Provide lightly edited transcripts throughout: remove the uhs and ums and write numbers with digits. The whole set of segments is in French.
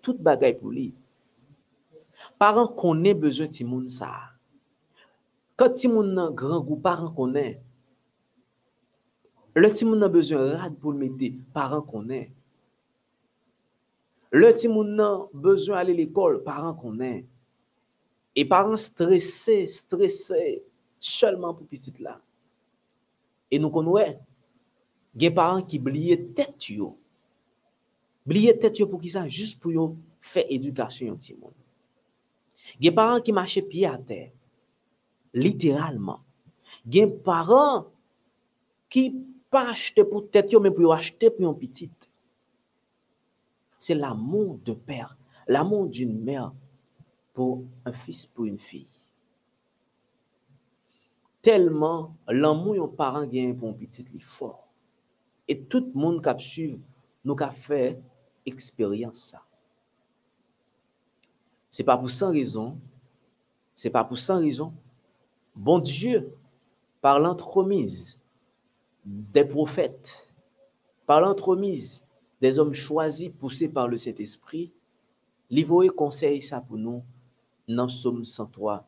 tout bagay pour lui. Parents connaît besoin ti moun ça. Quand ti moun nan grand goût, parents connaît. Le ti moun nan besoin rad pour le mettre, parents connaît. Le ti moun nan besoin aller l'école, parents connaît. Et parents stressés seulement pour petit là. Et nous connaissons des parents qui oublient tête yo. Oublier tête yo pour qui ça? Juste pour yo faire éducation yon ti moun. Des parents qui marchent pied à terre. Littéralement. Des parents qui pas acheter pour tête yo mais pour acheter pour yon petite. C'est l'amour de père, l'amour d'une mère pour un fils, pour une fille. Tellement l'amour yon parent gagne pour un petit li fort. Et tout le monde qui suivre nous qu'a fait expérience ça. C'est pas pour sans raison, bon Dieu, par l'entremise des prophètes, par l'entremise des hommes choisis, poussés par le Saint-Esprit, l'Ivoire conseille ça pour nous dans Psaume 103.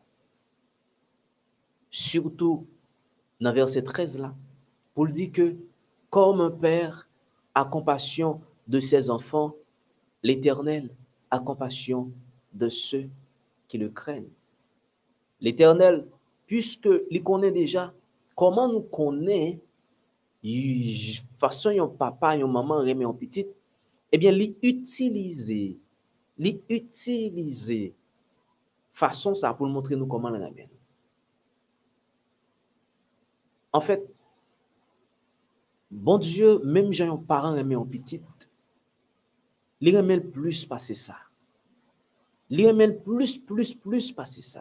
Surtout dans verset 13 là, pour le dire que comme un père a compassion de ses enfants, l'Éternel a compassion de ceux qui le craignent. L'Éternel, puisque il connaît déjà comment nous connaît façon yon papa, yon maman remet en petite, eh bien, l'utiliser façon ça pour montrer nous comment la remet. En fait, bon Dieu, même j'ai un parent remet en petite, il remet plus passer ça. Il remet plus passer ça.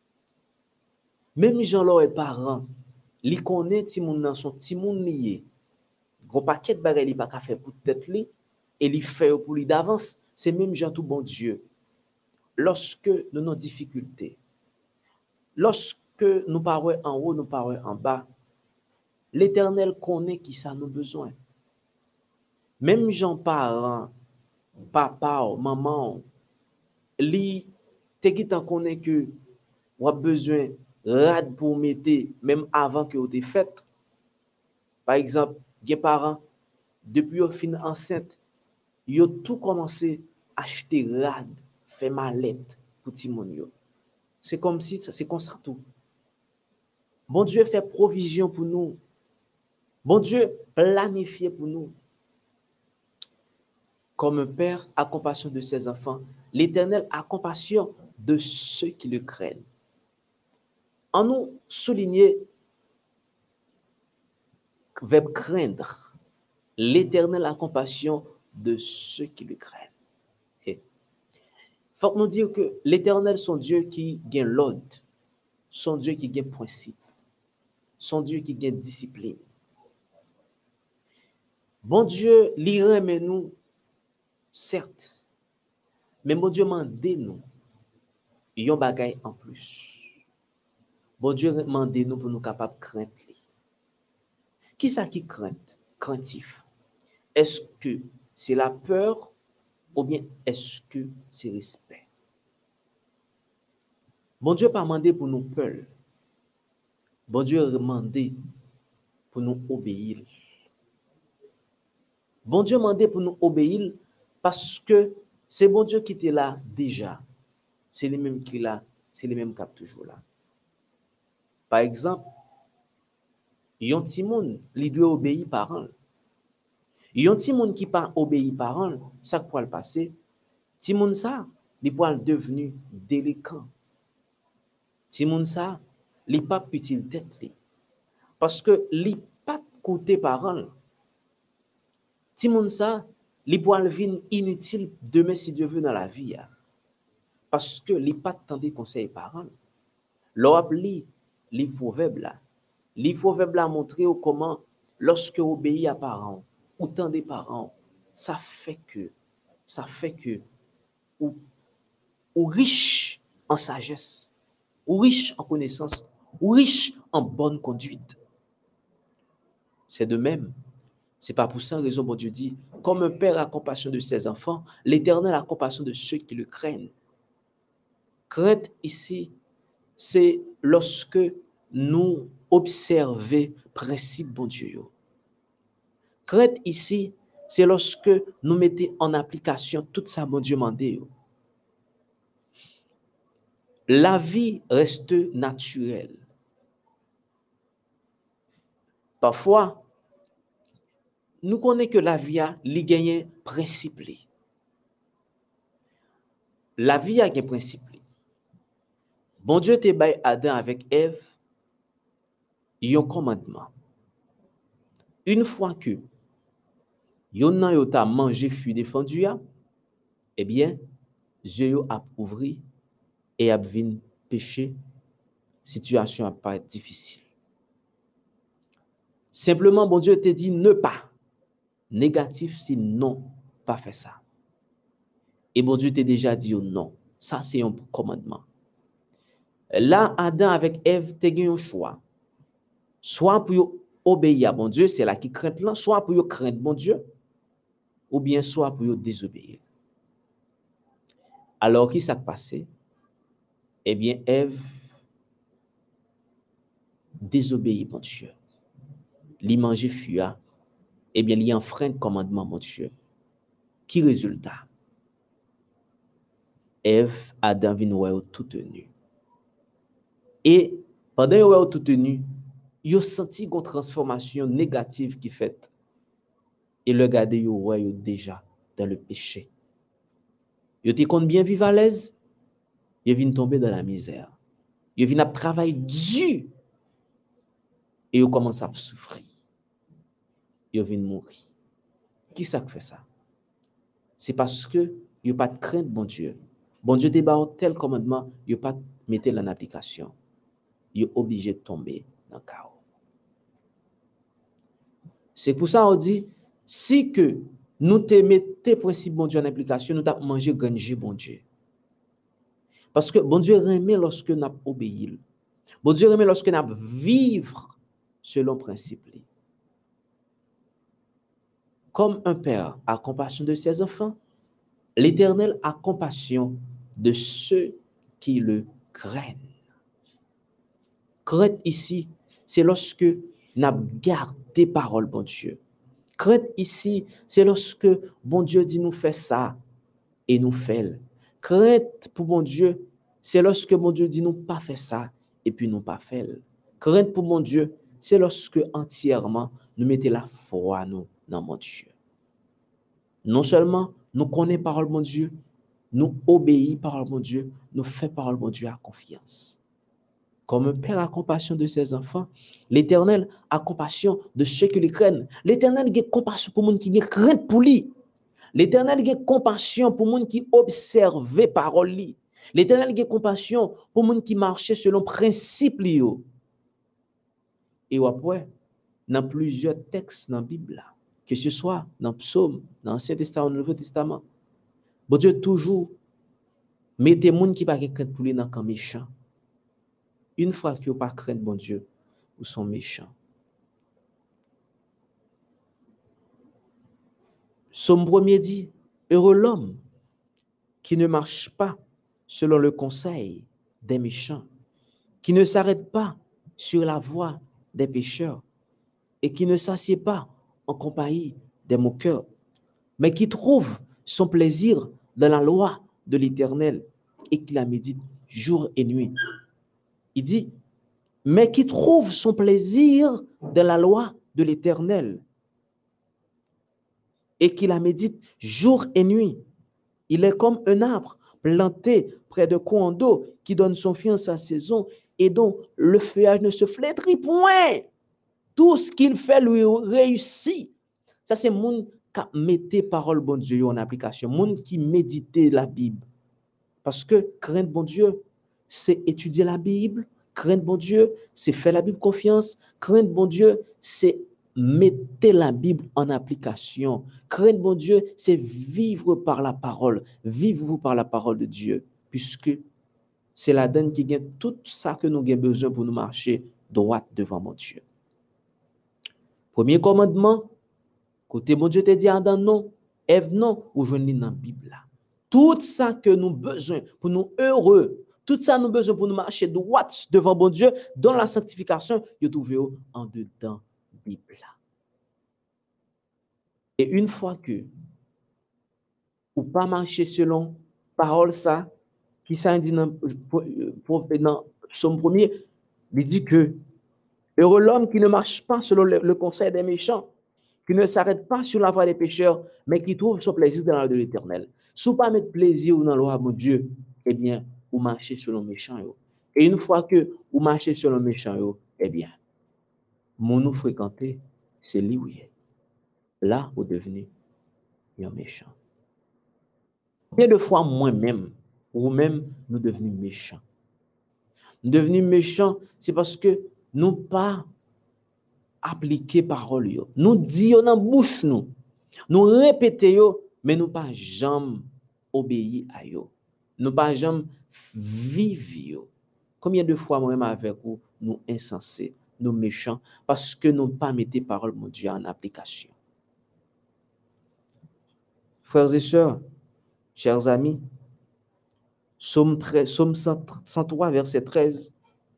Même Jean leur parents, li connaît ti moun nan son ti moun lié. Gros paquet de bagay li pa ka faire pour tête li et li fait pour lui d'avance, c'est même Jean tout bon Dieu. Lorsque nous nos difficultés, lorsque nous parons en haut, nous parons en bas, l'Éternel connaît qui ça nous besoin. Même Jean parents, papa ou maman, li te qui t'en connaît que ou a besoin rad pour mettre même avant que vous te fait. Par exemple, des parents depuis au fin enceinte, ils ont tout commencé à acheter rad, faire mallette pour ti moun yo. C'est comme si c'est comme ça tout. Bon Dieu fait provision pour nous. Bon Dieu planifie pour nous. Comme un père a compassion de ses enfants, l'Éternel a compassion de ceux qui le craignent. En nous souligner verbe craindre, l'Éternel a compassion de ceux qui le craignent. Il faut nous dire que l'Éternel, son Dieu qui gagne l'ordre, son Dieu qui gagne principe, son Dieu qui gagne discipline. Bon Dieu, li remet nous, certes, mais bon Dieu mande nous, yon bagay en plus. Bon Dieu mande nous pour nous capables de craindre. Qui ça qui crainte? Craintif. Est-ce que c'est la peur ou bien est-ce que c'est respect? Bon Dieu pas mandé pour nous peur. Bon Dieu a demandé pour nous obéir. Bon Dieu a demandé pour nous obéir parce que c'est bon Dieu qui était là déjà. C'est les mêmes qui là, c'est les mêmes qui sont toujours là. Par exemple, yon ti moun li doit obéir parent. Yon ti moun qui pas obéir parent, ça quoi le passer? Ti moun ça, li pour devenu délinquant. Ti moun ça, li pas utile tête li. Parce que li pas côté parent. Ti moun ça, li pour vin inutile demain si Dieu veut dans la vie. Parce que li pas tendre conseil parent. L'op li proverbe là. Les proverbes là montré comment lorsque obéit à parents ou tant des parents, ça fait que ou riche en sagesse, ou riche en connaissance, ou riche en bonne conduite. C'est de même C'est pas pour ça raison, bon Dieu dit, comme un père a compassion de ses enfants, l'Éternel a compassion de ceux qui le craignent. Crainte ici, c'est lorsque nous observons principe bon Dieu. Crainte ici, c'est lorsque nous mettons en application tout ça bon Dieu mandé. La vie reste naturelle. Parfois, nous connaissons que la vie a li gagné principe. La vie a un principe. Bon Dieu te bail Adam avec Ève un commandement. Une fois que yon nan yo ta mangé fruit défendu ya, eh bien, yeux yo a ouvri et a vin péché, situation a pas difficile. Simplement, bon Dieu te dit ne pas. Négatif, c'est non, pas faire ça. Et bon Dieu t'a déjà dit non. Ça, c'est un commandement. Là, Adam avec Ève, t'as eu un choix. Soit pour obéir à bon Dieu, c'est là qui craint là, soit pour craindre bon Dieu, ou bien soit pour désobéir. Alors, qui s'est passé? Eh bien, Ève désobéit bon Dieu. Li manger fuya, eh bien, li enfreint le commandement bon Dieu. Qui résultat? Ève, Adam vin wè tout tenu. Et pendant que vous tout tenu, vous avez senti une transformation négative qui fait. Et le gardé vous déjà dans le péché. Vous êtes bien vivre à l'aise, vous venez tomber dans la misère. Vous venez travailler dur et vous commencez à souffrir. Vous venez mourir. Qui ça fait ça? C'est parce que vous n'avez pas de crainte, bon Dieu. Bon Dieu débat tel commandement, vous n'avez pas mettre en application. Vous êtes obligé de tomber dans le chaos. C'est pour ça qu'on dit, si que nous te mettons principe bon Dieu en application, nous t'avons mangé granger bon Dieu. Parce que bon Dieu remet lorsque nous obéissons. Bon Dieu remet lorsque nous vivons selon principe. Comme un père a compassion de ses enfants, l'Éternel a compassion de ceux qui le craignent. Crainte ici, c'est lorsque nous gardons des paroles, bon Dieu. Crainte ici, c'est lorsque bon Dieu dit nous fait ça et nous fait. Crainte pour bon Dieu, c'est lorsque bon Dieu dit nous pas fait ça et puis nous pas fait. Crainte pour mon Dieu, c'est lorsque entièrement nous mettons la foi nous dans mon Dieu. Non seulement nous connaissons parole mon Dieu, nous obéissons parole mon Dieu, nous faisons parole mon Dieu à confiance. Comme un père a compassion de ses enfants, l'Éternel a compassion de ceux qui le craignent. L'Éternel a compassion pour les gens qui craignent pour lui. L'Éternel a compassion pour les gens qui observent les paroles. L'Éternel a compassion pour les gens qui marchent selon principe. Et après, dans plusieurs textes dans la Bible, que ce soit dans le Psaume, dans l'Ancien Testament, dans le Nouveau Testament, bon Dieu toujours met des gens qui ne sont pas pour lui dans le camp méchant. Une fois que vous pas craindre bon Dieu, vous sont méchants. Psaume 1er dit, heureux l'homme qui ne marche pas selon le conseil des méchants, qui ne s'arrête pas sur la voie des pécheurs et qui ne s'assied pas en compagnie des moqueurs, mais qui trouve son plaisir dans la loi de l'Éternel et qui la médite jour et nuit. Il dit, mais qui trouve son plaisir dans la loi de l'Éternel et qui la médite jour et nuit. Il est comme un arbre planté près de courants d'eau qui donne son fruit en sa saison et dont le feuillage ne se flétrit point. Tout ce qu'il fait lui réussit. Ça, c'est moun qui mette parole bon Dieu en application, moun qui médite la Bible. Parce que craindre bon Dieu, c'est étudier la Bible. Craindre bon Dieu, c'est faire la Bible confiance. Craindre bon Dieu, c'est mettre la Bible en application. Craindre bon Dieu, c'est vivre par la parole. Vivre par la parole de Dieu. Puisque c'est la donne qui gagne tout ça que nous avons besoin pour nous marcher droit devant mon Dieu. Premier commandement, Côté bon Dieu te dit Adam non, Ève non, ou joindre dans la Bible là. Tout ça que nous besoin pour nous heureux, tout ça nous besoin pour nous marcher droit devant bon Dieu dans la sanctification, vous trouvez en dedans Bible là. Et une fois que ou pas marcher selon parole ça, qui ça dit dans Psaume 1er, il dit que heureux l'homme qui ne marche pas selon le conseil des méchants, qui ne s'arrête pas sur la voie des pécheurs, mais qui trouve son plaisir dans la loi de l'Éternel. Si vous pas mettre plaisir dans la loi de Dieu, eh bien, vous marchez selon les méchants. Et une fois que vous marchez selon les méchants, eh bien, mon nous fréquenter, c'est lui où il est. Là, vous devenez un méchant. Combien de fois moi-même, ou même, nous devenons méchants? Nous devenons méchants, c'est parce que nous pas appliquer parole yo. Nous disons dans bouche nous répétons mais nous pas jamais obéir à yo. Nous pas jamais vivre yo. Combien de fois moi-même avec vous nous insensés, nous méchants parce que nous pas mettez parole mon Dieu en application. Frères et sœurs, chers amis, Psaume 103 verset 13,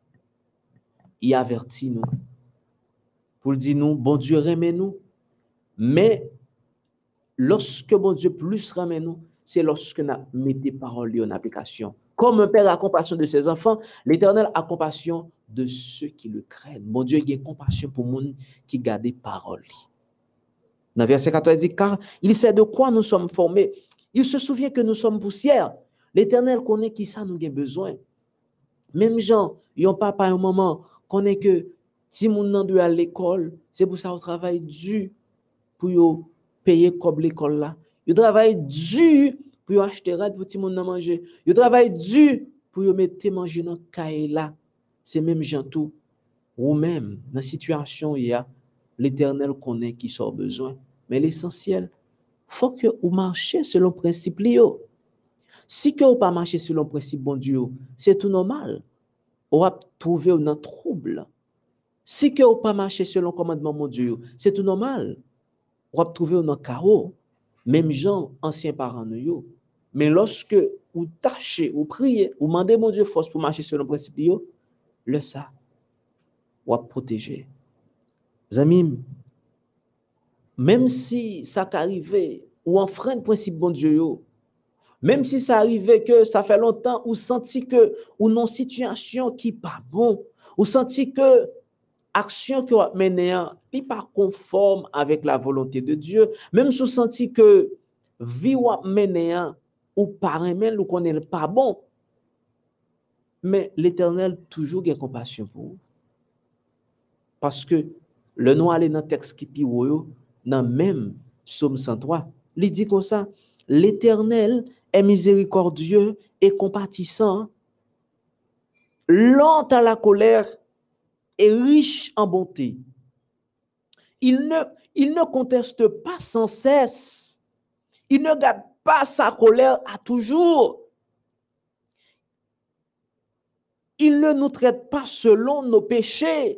il avertit nous pour dire nous bon Dieu remet nous, mais lorsque bon Dieu plus ramène nous, c'est lorsque nous mettons parole en application. Comme un père a compassion de ses enfants, l'Éternel a compassion de ceux qui le craignent. Bon Dieu a compassion pour les gens qui gardent parole. Dans verset 14, il dit, car il sait de quoi nous sommes formés. Il se souvient que nous sommes poussière. L'Éternel connaît qui ça nous a besoin. Même gens, yon papa et maman, connaît que si mon nan doit à l'école, c'est pour ça au travail dur pour yo payer comme l'école là. Yo travail dur pour yo acheter rad pour ti moun nan manger. Yo travail dur pour yo mettre manger dans caille là. C'est même gens tout ou même dans situation il y a l'Éternel connaît qui sort besoin. Mais l'essentiel, faut que vous marchez selon principe yo. Si que vous pas marcher selon principe bon Dieu, c'est tout normal. On va trouver un trouble. Si que vous pas marcher selon commandement mon Dieu, c'est tout normal. On va trouver un chaos. Même gens anciens parents nous. Mais lorsque vous tâchez, vous priez, vous demandez mon Dieu force pour marcher selon principe yo, le ça va protéger. Amis, même si ça arrivé ou enfreint le principe bon Dieu yo, même si ça arrivait que ça fait longtemps ou senti que ou non situation qui pas bon, ou senti que action que vous menez n'est pas conforme avec la volonté de Dieu, même si vous senti que vie ou menez ou pareil ou qu'on est pas bon, mais l'Éternel toujours a compassion pour vous. Parce que le nom allé dans le texte qui pi dans même Psaume 103, il dit comme ça, l'Éternel est miséricordieux et compatissant, lent à la colère et riche en bonté. Il ne conteste pas sans cesse. Il ne garde pas sa colère à toujours. Il ne nous traite pas selon nos péchés.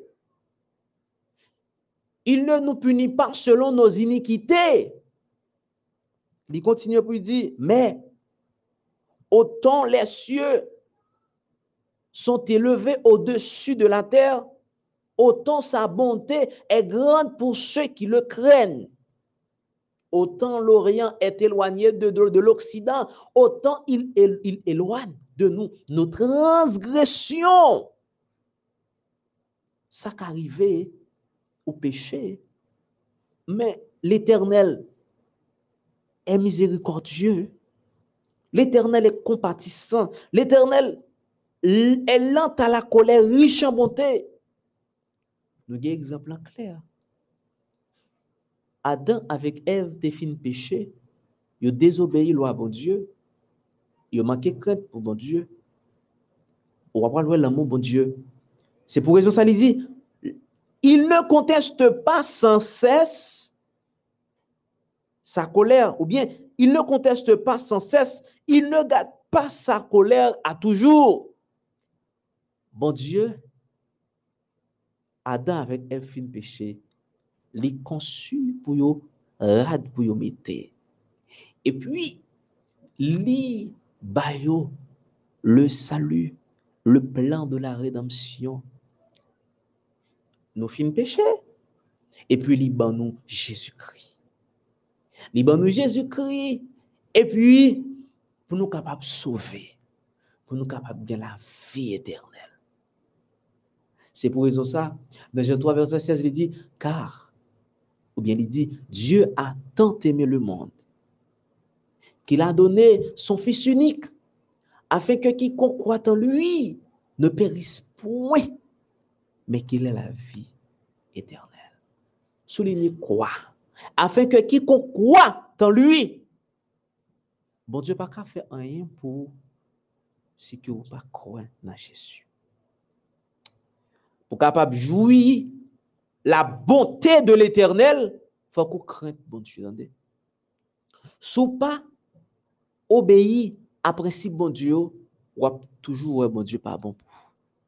Il ne nous punit pas selon nos iniquités. Il continue pour dire, mais autant les cieux sont élevés au-dessus de la terre, autant sa bonté est grande pour ceux qui le craignent. Autant l'Orient est éloigné de l'Occident, autant il éloigne de nous nos transgressions. Ça qu'arrivé au péché, mais l'Éternel est miséricordieux, l'Éternel est compatissant, l'Éternel est lent à la colère, riche en bonté. Nous avons un exemple clair. Adam avec Ève te fin péché, ils ont désobéi loi bon Dieu, ils ont manqué crainte pour bon Dieu. On va pas l'amour bon Dieu. C'est pour raison ça il dit, il ne conteste pas sans cesse sa colère, ou bien il ne conteste pas sans cesse, il ne garde pas sa colère à toujours. Bon Dieu, Adam avec Ève fin péché, les conçu pour rad pour yo mette. Et puis, li bayo le salut, le plan de la rédemption. Nous fin péché. Et puis, li ban nous Jésus-Christ. Li ban nous Jésus-Christ. Et puis, pour nous capables de sauver, pour nous capables de gagner la vie éternelle. C'est pour raison ça, dans Jean 3, verset 16, il dit, car, ou bien il dit, Dieu a tant aimé le monde qu'il a donné son Fils unique, afin que quiconque croit en lui ne périsse point, mais qu'il ait la vie éternelle. Soulignez quoi? Afin que quiconque croit en lui, bon Dieu pas qu'à faire rien pour si que vous pas croire dans Jésus. Pour capable jouir la bonté de l'Éternel, faut qu'on craigne bon Dieu. Sous pas obéir à principe bon Dieu, ou toujours bon Dieu pas bon pour vous.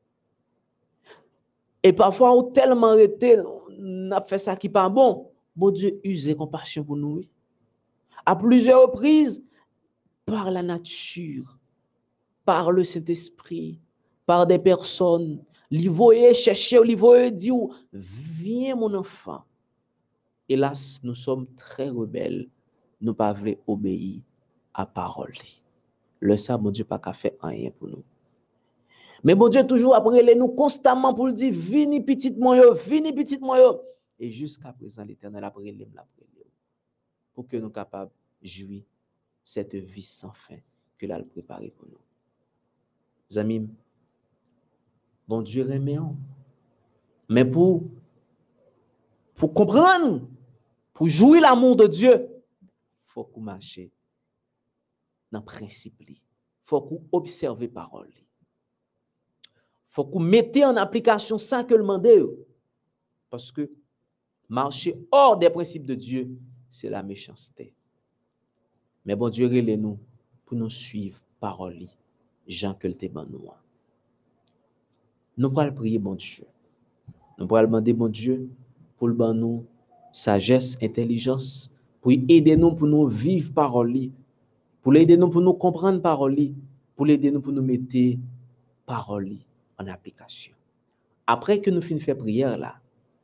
Et parfois on tellement arrêté, on a fait ça qui pas bon, bon Dieu use compassion pour nous. À plusieurs reprises, par la nature, par le Saint-Esprit, par des personnes, li voye chercher, li voye dire, viens mon enfant. Hélas, nous sommes très rebelles, nous ne pouvons pas obéir à parole. Le ça, mon Dieu, pas qu'à faire rien pour nous. Mais bon Dieu, toujours après, nous constamment pour dire, vini petit moyo, vini petit moyo. Et jusqu'à présent, l'Éternel après les pour que nous capables de jouir cette vie sans fin que l'Éternel a préparée pour nous. Les amis, bon Dieu remet. Mais pour comprendre, pour jouir l'amour de Dieu, il faut qu'on marche dans le principe. Il faut qu'on observe les paroles. Il faut qu'on mette en application ça que le mandé. Parce que marcher hors des principes de Dieu, c'est la méchanceté. Mais bon Dieu, relève-nous pour nous suivre parole. Jean que le téban nous. Nous pourrons prier bon Dieu. Nous pourrons demander bon Dieu pour le ban nous sagesse, intelligence, pour aider nous pour nous vivre parole, pour aider nous pour nous comprendre parole, pour aider nous pour nous mettre parole en application. Après que nous finissons faire prière là,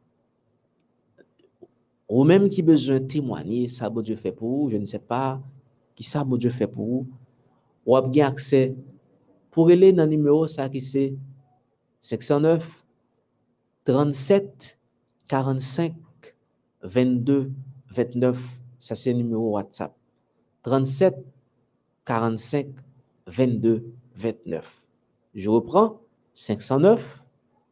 ou même qui besoin de témoigner, ça bon Dieu fait pour vous, je ne sais pas qui ça bon Dieu fait pour vous, ou avez accès pour aller dans le numéro ça qui c'est 509 37 45 22 29, ça c'est le numéro WhatsApp. 37 45 22 29. Je reprends 509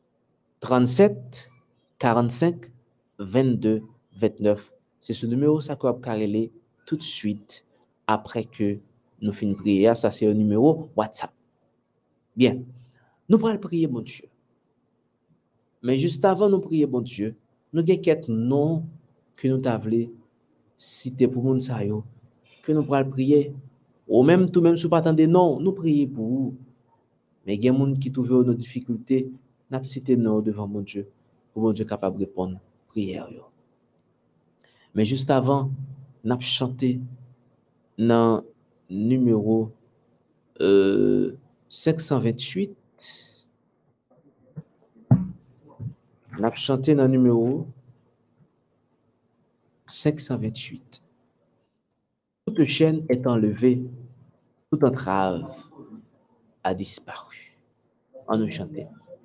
37 45 22 29. C'est ce numéro ça qu'on va carrer tout de suite après que nous finissons de prier. Ça c'est le numéro WhatsApp. Bien, nous allons prier mon Dieu. Mais juste avant de prier bon Dieu, nous avons quelques noms que nous avons cités pour nous, que nous pourrons prier. Ou même tout même si vous pas attendez non, nous prions pour vous. Mais il y a des gens qui trouvent nos difficultés, nous avons cité non devant mon Dieu, pour mon Dieu capable de répondre à la prière. Mais juste avant, nous avons chanté dans le numéro 528. Nous avons chanté dans le numéro 528. Toute chaîne est enlevée, toute entrave a disparu. On nous chantait.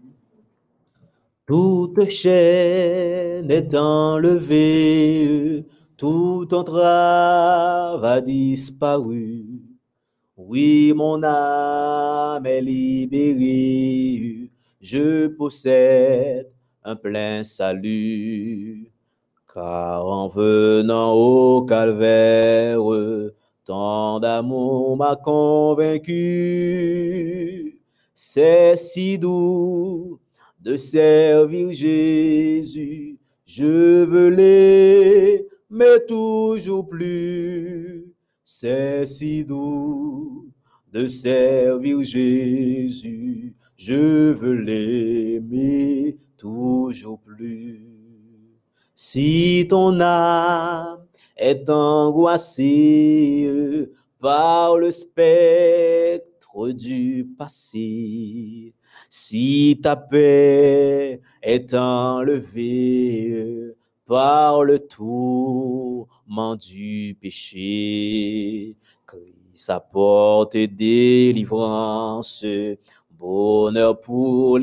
Toute chaîne est enlevée, toute entrave a disparu. Oui, mon âme est libérée, je possède un plein salut. Car en venant au calvaire, tant d'amour m'a convaincu. C'est si doux de servir Jésus, je veux l'aimer toujours plus. C'est si doux de servir Jésus, je veux l'aimer toujours plus. Si ton âme est angoissé par le spectre du passé. Si ta paix est enlevée par le tourment du péché, Christ apporte délivrance, bonheur pour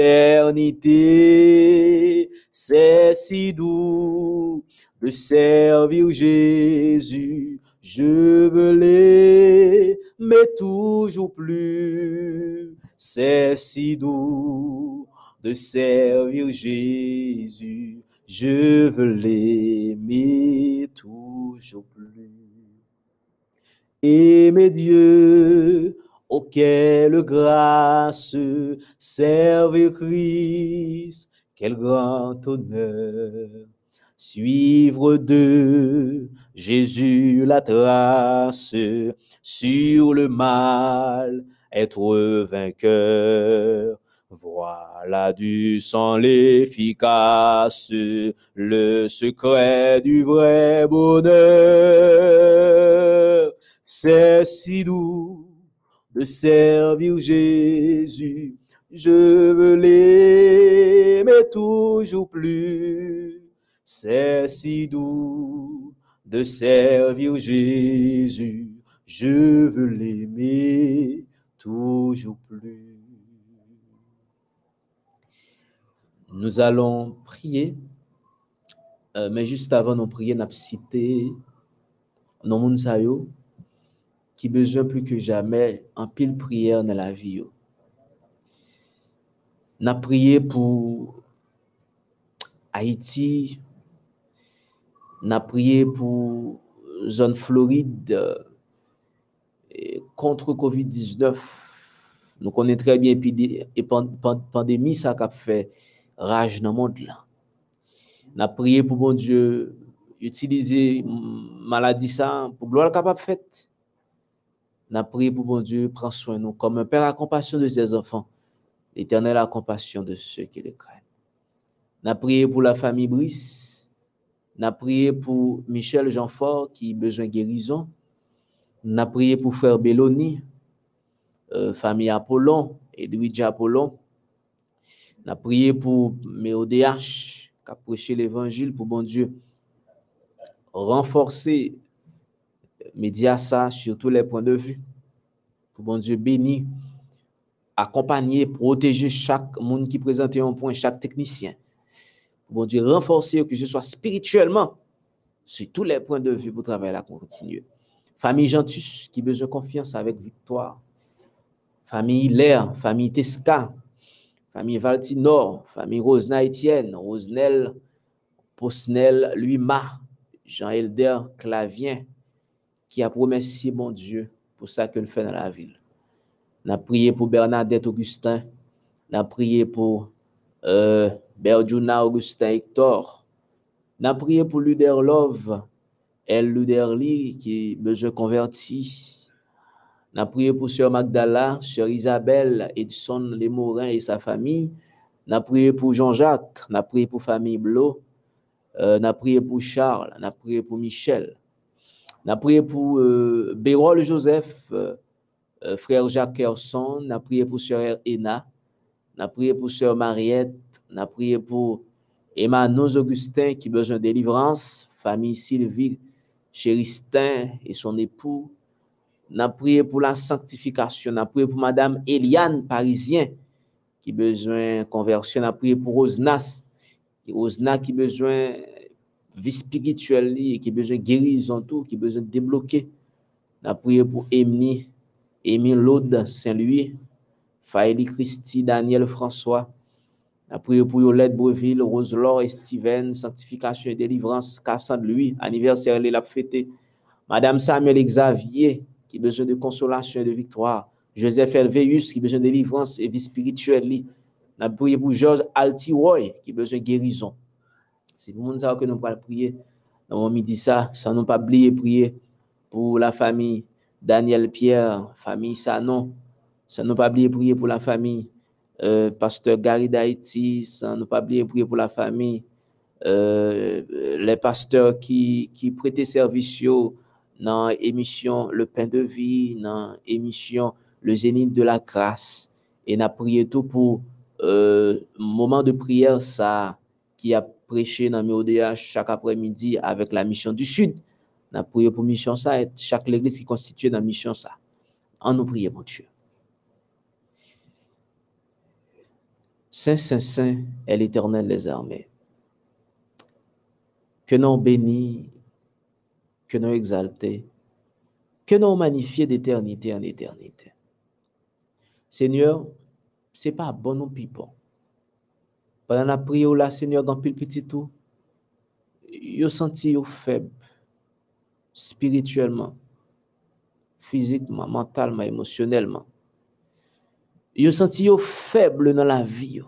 l'éternité. C'est si doux de servir Jésus, je veux l'aimer toujours plus. C'est si doux de servir Jésus, je veux l'aimer toujours plus. Aimer Dieu, oh quelle grâce, servir Christ, quel grand honneur. Suivre de Jésus la trace, sur le mal, être vainqueur. Voilà du sang l'efficace, le secret du vrai bonheur. C'est si doux de servir Jésus, je veux l'aimer toujours plus. C'est si doux de servir Jésus, je veux l'aimer toujours plus. Nous allons prier, mais juste avant de prier, nous avons cité nos moun sa yo qui besoin plus que jamais en pile prière dans la vie. Nous avons prié pour Haïti, nous avons prié pour zone Floride contre COVID-19. Nous connaissons très bien et pandémie ça qui a fait rage dans le monde là. Nous avons prié pour bon Dieu utiliser maladie ça pour gloire capable faite. Nous avons prié pour bon Dieu prendre soin de nous comme un père a compassion de ses enfants. L'Éternel a compassion de ceux qui le craignent. Nous avons prié pour la famille Brice. Nous avons prié pour Michel Jeanfort qui a besoin de guérison. Nous avons prié pour frère Belloni, famille Apollon, Edwidge Apollon. Nous avons prié pour MEODH qui a prêché l'évangile pour bon Dieu. Renforcer médias ça sur tous les points de vue. Pour bon Dieu bénir, accompagner, protéger chaque monde qui présente un point, chaque technicien. Pour bon Dieu renforcer que ce soit spirituellement sur tous les points de vue pour travailler là continuer. Famille Gentus qui a besoin de confiance avec victoire. Famille Hilaire, famille Tesca, famille Valtinor, famille Rosna Etienne, Rosnel, Posnel, Luima, Jean-Elder Clavien, qui a promis bon Dieu pour ça que nous faisons dans la ville. Nous avons prié pour Bernadette Augustin, nous avons prié pour Berjuna Augustin Hector, nous avons prié pour Luderlove, El Luderli qui a besoin de convertir. Nous avons prié pour Sœur Magdala, Sœur Isabelle, Edson Lemorin et sa famille. Nous avons prié pour Jean-Jacques, nous avons prié pour famille Blo, nous avons prié pour Charles, nous avons prié pour Michel. Nous avons prié pour Bérol Joseph, frère Jacques Kerson, nous avons prié pour Sœur Ena, nous avons prié pour Sœur Mariette, nous avons prié pour Emmanuel Augustin qui a besoin de délivrance, famille Sylvie, Chéristin et son époux. Nous avons prié pour la sanctification, nous avons prié pour Madame Eliane Parisien qui a besoin de conversion, nous avons prié pour Osnas qui a besoin de vie spirituelle, qui a besoin de guérison, tout, qui a besoin de débloquer. Nous avons prié pour Émile Laude Saint-Louis, Faëli Christy, Daniel François. Nous avons prié pour Yolette Breville, Rose-Laure et Steven, sanctification et délivrance, Cassandre Louis, anniversaire de la fête. Madame Samuel Xavier, qui a besoin de consolation et de victoire. Joseph Elveus, qui a besoin de délivrance et vie spirituelle. Nous avons prié pour Georges Altiroy, qui a besoin de guérison. C'est le monde que nous allons prier. Dans le midi, ça, sans nous pas oublier prier pour la famille Daniel Pierre, famille Sanon. Sans nous pas oublier prier pour la famille Pasteur Gary d'Haïti. Sans nous pas oublier prier pour la famille les pasteurs qui prêtaient service dans l'émission Le Pain de Vie, dans l'émission Le Zénith de la Grâce. Et n'a prié tout pour moment de prière ça qui a prêché dans MODH chaque après-midi avec la mission du Sud. N'a prié pour mission ça et chaque église qui constitue dans mission ça. En nous prier, mon Dieu. Saint, Saint, Saint est l'Éternel des armées. Que nous bénis, que nous exaltés, que nous magnifiés d'éternité en éternité. Seigneur, c'est pas bon nous pipons. Pendant la prière là, Seigneur, dans pile petit tout, yo senti yo faible spirituellement, physiquement, mentalement, émotionnellement. Yo senti yo faible dans la vie.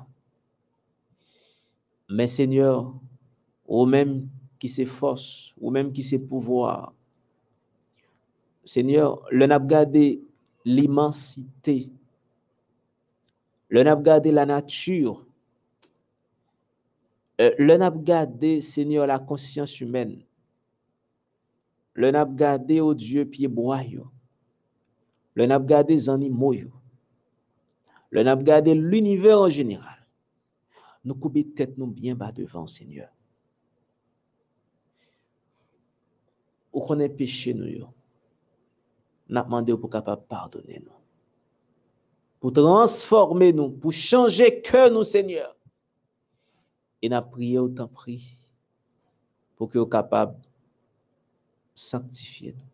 Mais Seigneur, ou même qui s'efforce, ou même qui s'est pouvoir, Seigneur, le n'a gardé l'immensité, le n'a gardé la nature, le n'a gardé, Seigneur, la conscience humaine, le n'a gardé au Dieu pied bois, le n'a gardé les animaux, le n'a gardé l'univers en général. Nous coupons tête nous bien bas devant, Seigneur. Ou qu'on ait péché nous, n'a demandé pour capable pardonner nous, pour transformer nous, pour changer que nous, Seigneur. Et n'a prié autant pris pour que nous capable sanctifier nous.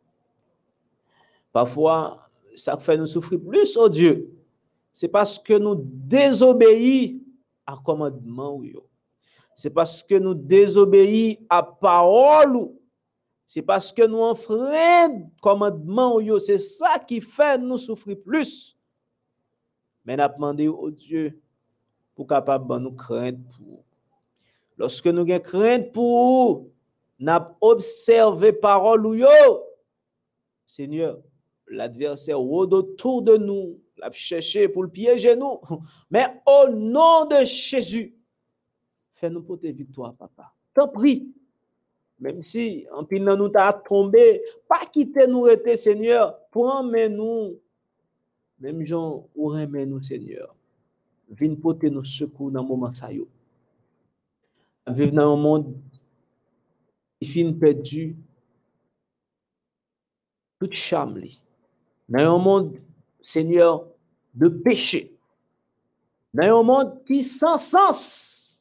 Parfois, ça fait nous souffrir plus, oh Dieu. C'est parce que nous désobéissons à commandement. C'est parce que nous désobéissons à parole. C'est parce que nous enfreignons commandement. C'est ça qui fait nous souffrir plus. Mais nous demandons au Dieu pour capable de nous craindre pour. Lorsque nous avons crainte pour, nous observé parole ou yo. Seigneur, l'adversaire rôde autour de nous, l'a cherché pour le piéger nous. Mais au nom de Jésus, fais-nous porter victoire, papa. T'en prie. Même si en pile nous t'a tombé, pas quitter nous rester, Seigneur. Prends-nous. Même Jean, ou remet nous, Seigneur. Viens porter nos secours dans le moment ça yo. Vivre dans un monde qui finit perdu, tout charme. Dans un monde, Seigneur, de péché. Dans un monde qui sans sens.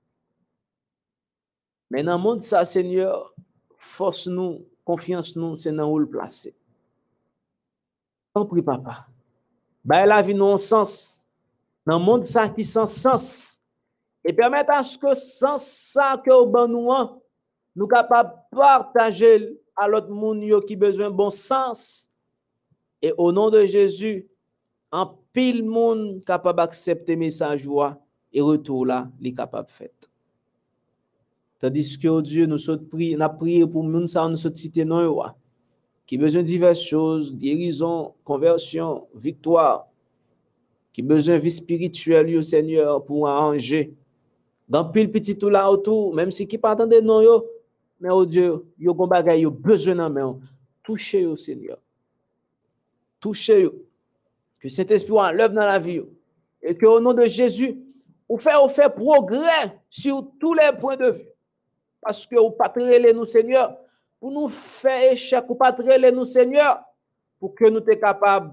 Mais dans le monde, ça, Seigneur, force nous, confiance nous, c'est dans où le placer. T'en prie, papa. Bah, la vie non sens. Dans le monde, ça qui sans sens. Et permettre à ce que sans ça que au ban nous capables de partager à l'autre monde qui besoin de bon sens. Et au nom de Jésus, en pile monde capable d'accepter message joie et retour là, les capable fait. Tandis que oh Dieu nous sommes prié, n'a prié pour monde ça nous sommes cité non qui besoin de diverses choses, guérison, conversion, victoire, qui besoin de vie spirituelle au Seigneur pour arranger. Dans pile petit tout là autour, même si qui pas attendre non yo, mais oh Dieu, yo gon bagay yo besoin nan men, touchez au Seigneur. Touchez yo. Que Saint-Esprit enlève dans la vie et que au nom de Jésus, ou fait progrès sur tous les points de vue. Parce que ou pas trailer nous Seigneur, pour nous faire échec, ou pas trailer nous Seigneur, pour que nous t'es capable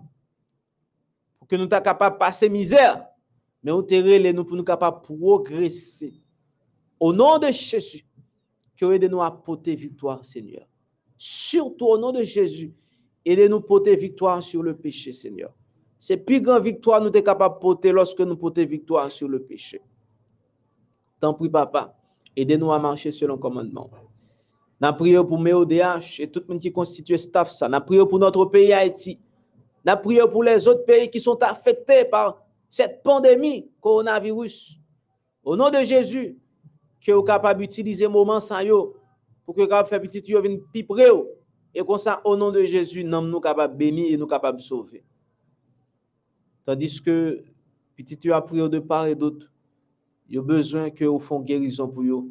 de passer misère, mais ou trailer nous pour nous capable progresser. Au nom de Jésus, que aide-nous à porter victoire, Seigneur. Surtout au nom de Jésus, aide-nous à porter victoire sur le péché, Seigneur. C'est plus grande victoire nous sommes capables de porter lorsque nous portons victoire sur le péché. T'en prie, papa, aidez-nous à marcher selon le commandement. Nous prions pour MODH et tout le monde qui constitue staff ça. Nous prions pour notre pays Haïti. Nous prions pour les autres pays qui sont affectés par cette pandémie coronavirus. Au nom de Jésus, que vous êtes capable d'utiliser le moment sans yo pour que vous faire petit yo vienne plus près et comme ça au nom de Jésus nous sommes capables de bénir et nous capables de sauver. Tandis que petit yo a prié de part et d'autre, il a besoin que vous font guérison pour eux.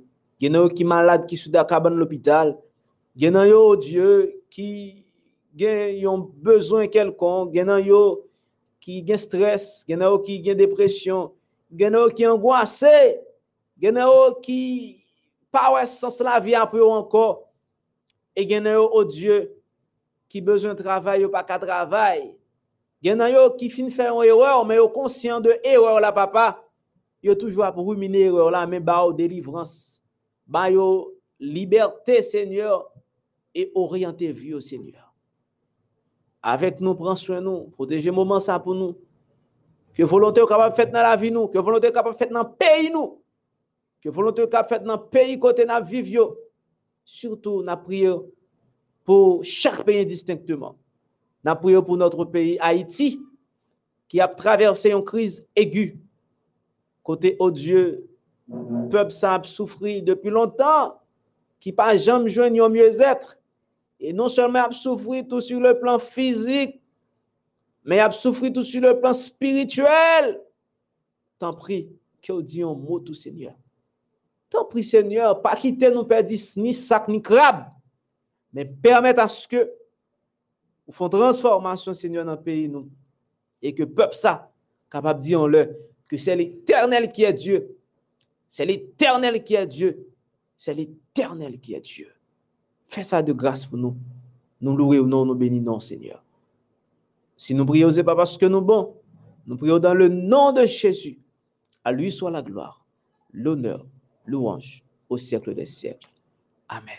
gen nan yo qui malade qui sous da cabane l'hôpital, gen nan yo Dieu qui gen yon besoin quelconque, gen nan yo qui gen stress, gen nan yo qui gen dépression, gen nan yo qui angoissé, gen nan yo qui pas ouais sens la vie un peu encore, et gen nan yo oh Dieu qui besoin de travail, yo pas qu'à travail. Gen nan yo qui fin faire une erreur, mais yo conscient de erreur là papa, yo toujours pour ruminer erreur là, mais ba yo délivrance, ba yo liberté Seigneur et orienter vie au Seigneur. Avec nous, prends soin de nous, protéger moment ça pour nous. Que volonté capable faire dans la vie nous, que volonté capable faire dans le pays nous, que volonté capable faire dans le pays côté nous vivons. Surtout, nous prions pour chaque pays distinctement. Nous prions pour notre pays Haïti qui a traversé une crise aiguë. Côté odieux, peuple ça a souffert depuis longtemps, qui pas jamais joindre au mieux-être. Et non seulement a souffert tout sur le plan physique, mais a souffert tout sur le plan spirituel. T'en prie, que dit un mot tout Seigneur. T'en prie Seigneur, pas quitter nous perdre ni sac ni crabe, mais permettre à ce que nous fassions transformation Seigneur dans le pays nous et que peuple ça capable de dire le que c'est l'Éternel qui est Dieu. C'est l'Éternel qui est Dieu. C'est l'Éternel qui est Dieu. Fais ça de grâce pour nous. Nous louons, nous bénissons Seigneur. Si nous prions, ce n'est pas parce que nous sommes bons. Nous prions dans le nom de Jésus. À lui soit la gloire, l'honneur, louange au siècle des siècles. Amen.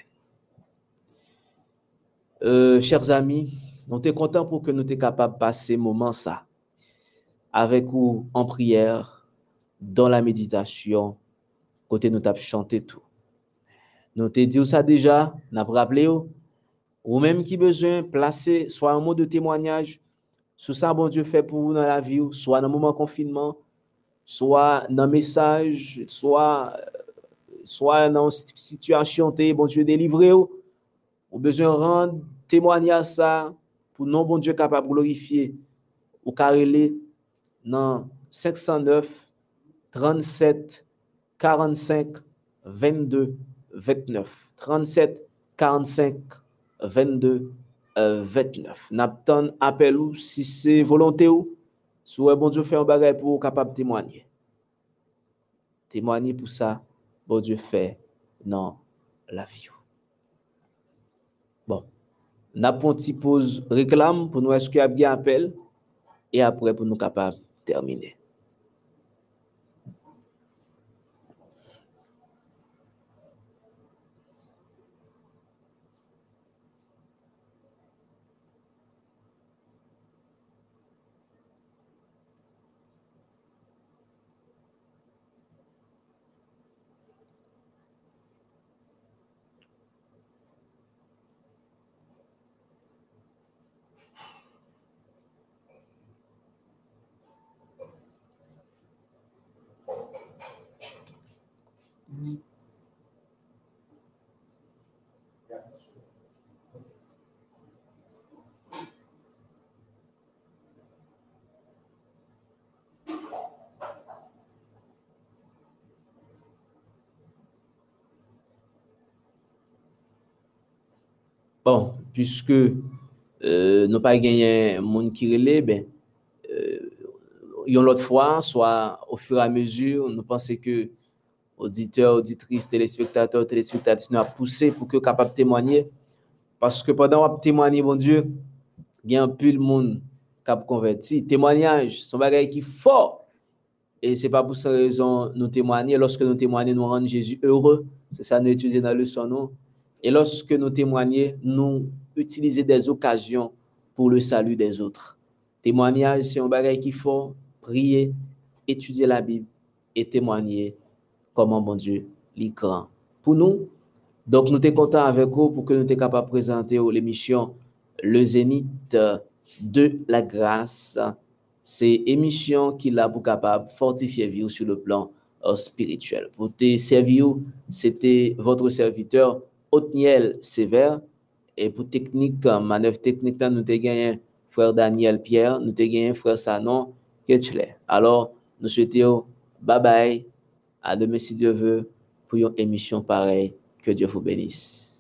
Chers amis, nous sommes contents pour que nous soyons capables de passer moment ça avec vous en prière, dans la méditation, côté nous avons chanté tout. Nous te dit ça déjà, nous avons rappelé ou même qui besoin placer soit un mot de témoignage sur ça bon Dieu fait pour vous dans la vie, soit dans le moment confinement, soit dans message, soit dans situation bon Dieu délivré ou besoin rendre témoignage ça pour non bon Dieu capable de glorifier ou carrelé dans 509 37 45 22 29 37 45 22 29. N'attend appel ou si c'est volonté ou soit bon Dieu fait un bagage pour capable de témoigner. Témoigner pour ça, bon Dieu fait dans la vie. Bon, n'a pas une petite pause réclame pour nous est-ce qu'il y a bien appel et après pour nous capable de terminer. Bon, puisque nous pas gagné monde qui relève, ben l'autre fois, soit au fur et à mesure, nous pensons que auditeurs, auditrices, téléspectateurs, téléspectatrices nous a poussé pour que capable de témoigner, parce que pendant qu'on témoigner, bon Dieu, il y a un peu de monde qui a converti. Témoignage, c'est un bagage qui est fort. Et ce n'est pas pour cette raison nous témoigner. Lorsque nous témoignons, nous rendons Jésus heureux. C'est ça nous étudions dans le son nom. Et lorsque nous témoignons, nous utilisons des occasions pour le salut des autres. Témoignage, c'est un bagage qui est fort. Prier, étudier la Bible et témoigner comment bon Dieu est grand pour nous. Donc, nous sommes contents avec vous pour que nous soyons capables de présenter l'émission Le Zénith de la grâce. C'est émission qui l'a pour capable fortifier vie sur le plan spirituel. Pour te servir, c'était votre serviteur Othniel Sévère. Et pour technique, manœuvre technique, nous avons gagné frère Daniel Pierre, nous avons gagné frère Sanon Ketchler. Alors, nous souhaitons bye bye, à demain si Dieu veut. pour une émission pareille. Que Dieu vous bénisse.